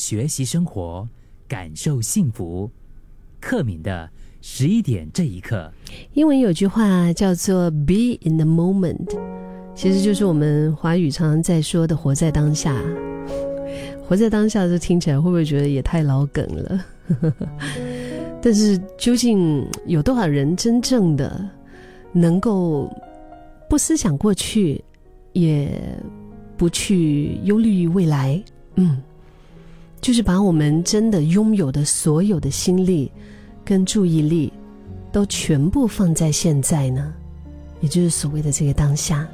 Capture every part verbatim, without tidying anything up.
学习生活，感受幸福。克敏的十一点这一刻。 英文有句话叫做 Be in the moment， 其实就是我们华语常常在说的活在当下。活在当下，这听起来会不会觉得也太老梗了？但是究竟有多少人真正的能够不思想过去，也不去忧虑于未来？嗯，就是把我们真的拥有的所有的心力跟注意力都全部放在现在呢，也就是所谓的这个当下。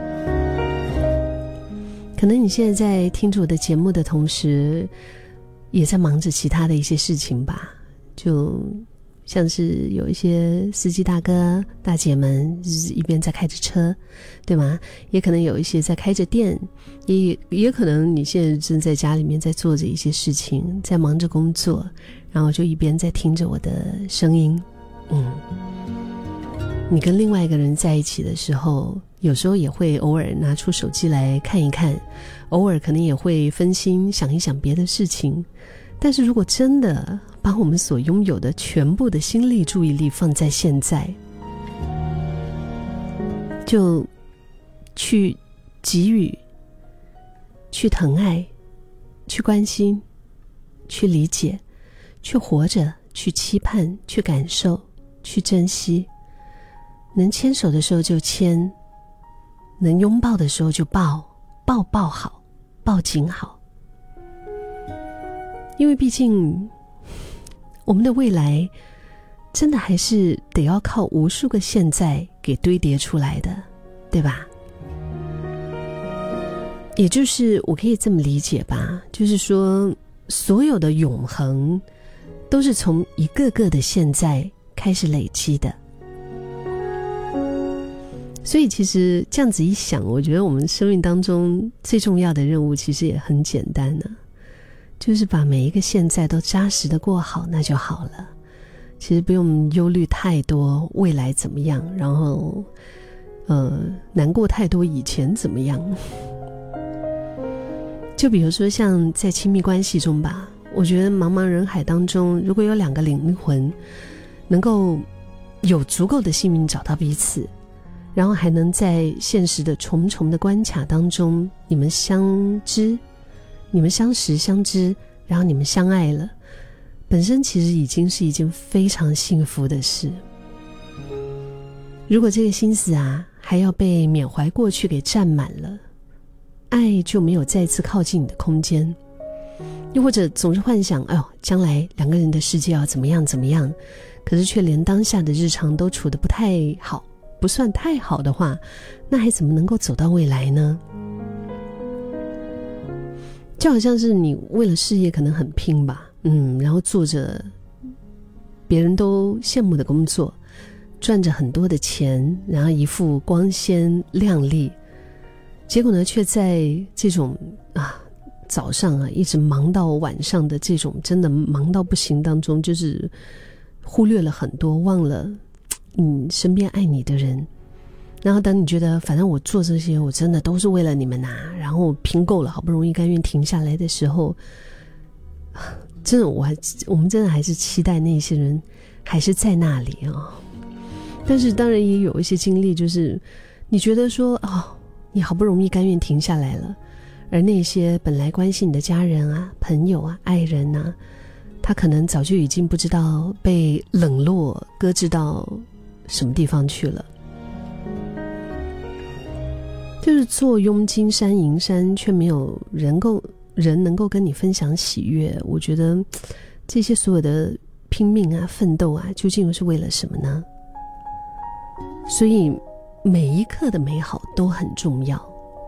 可能你现在在听着我的节目的同时，也在忙着其他的一些事情吧，就像是有一些司机大哥大姐们一边在开着车，对吗？也可能有一些在开着店，也也可能你现在正在家里面在做着一些事情，在忙着工作，然后就一边在听着我的声音。嗯，你跟另外一个人在一起的时候，有时候也会偶尔拿出手机来看一看，偶尔可能也会分心想一想别的事情。但是如果真的把我们所拥有的全部的心力注意力放在现在，就去给予，去疼爱，去关心，去理解，去活着，去期盼，去感受，去珍惜。能牵手的时候就牵，能拥抱的时候就抱，抱抱好，抱紧好。因为毕竟我们的未来真的还是得要靠无数个现在给堆叠出来的，对吧？也就是我可以这么理解吧，就是说所有的永恒都是从一个个的现在开始累积的。所以其实这样子一想，我觉得我们生命当中最重要的任务其实也很简单呢、啊，就是把每一个现在都扎实的过好，那就好了。其实不用忧虑太多未来怎么样，然后呃难过太多以前怎么样。就比如说像在亲密关系中吧，我觉得茫茫人海当中，如果有两个灵魂能够有足够的幸运找到彼此，然后还能在现实的重重的关卡当中，你们相知，你们相识相知，然后你们相爱了，本身其实已经是一件非常幸福的事。如果这个心思啊还要被缅怀过去给占满了，爱就没有再次靠近你的空间。又或者总是幻想，哎呦，将来两个人的世界要怎么样怎么样，可是却连当下的日常都处得不太好，不算太好的话，那还怎么能够走到未来呢？就好像是你为了事业可能很拼吧，嗯，然后做着别人都羡慕的工作，赚着很多的钱，然后一副光鲜亮丽，结果呢却在这种啊早上啊一直忙到晚上的这种真的忙到不行当中，就是忽略了很多，忘了你身边爱你的人。然后当你觉得反正我做这些我真的都是为了你们啊，然后拼够了好不容易甘愿停下来的时候，真的我还我们真的还是期待那些人还是在那里啊、哦。但是当然也有一些经历，就是你觉得说哦，你好不容易甘愿停下来了，而那些本来关心你的家人啊、朋友啊、爱人啊，他可能早就已经不知道被冷落搁置到什么地方去了。就是坐拥金山银山，却没有人够人能够跟你分享喜悦。我觉得这些所有的拼命啊、奋斗啊，究竟又是为了什么呢？所以每一刻的美好都很重要。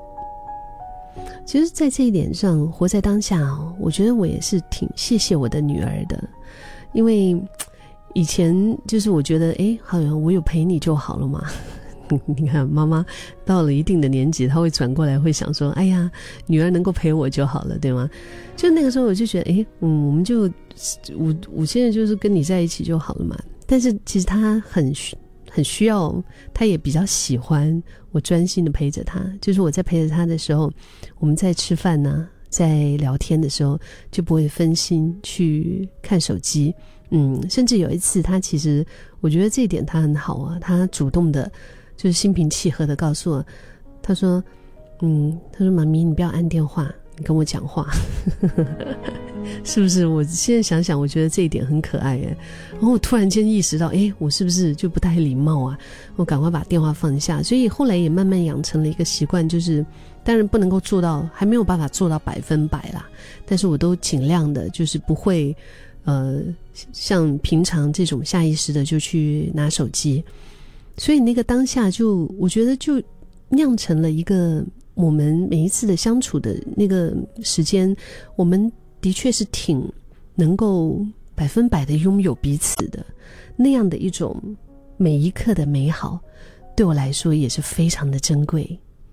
其实在这一点上，活在当下哦，我觉得我也是挺谢谢我的女儿的，因为以前就是我觉得诶好像我有陪你就好了嘛。你看妈妈到了一定的年纪，她会转过来会想说，哎呀女儿能够陪我就好了，对吗？就那个时候我就觉得诶嗯，我们就我我现在就是跟你在一起就好了嘛。但是其实她很很需要，她也比较喜欢我专心的陪着她，就是我在陪着她的时候，我们在吃饭啊， 在聊天的时候就不会分心去看手机。嗯，甚至有一次他其实我觉得这一点他很好啊，他主动的就是心平气和的告诉我，他说嗯，他说妈咪你不要按电话，你跟我讲话是不是？我现在想想我觉得这一点很可爱耶。然后我突然间意识到，诶，我是不是就不太礼貌啊，我赶快把电话放下。所以后来也慢慢养成了一个习惯，就是当然不能够做到，还没有办法做到百分百啦，但是我都尽量的就是不会呃像平常这种下意识的就去拿手机。所以那个当下就我觉得就酿成了一个我们每一次的相处的那个时间，我们的确是挺能够百分百的拥有彼此的，那样的一种每一刻的美好对我来说也是非常的珍贵。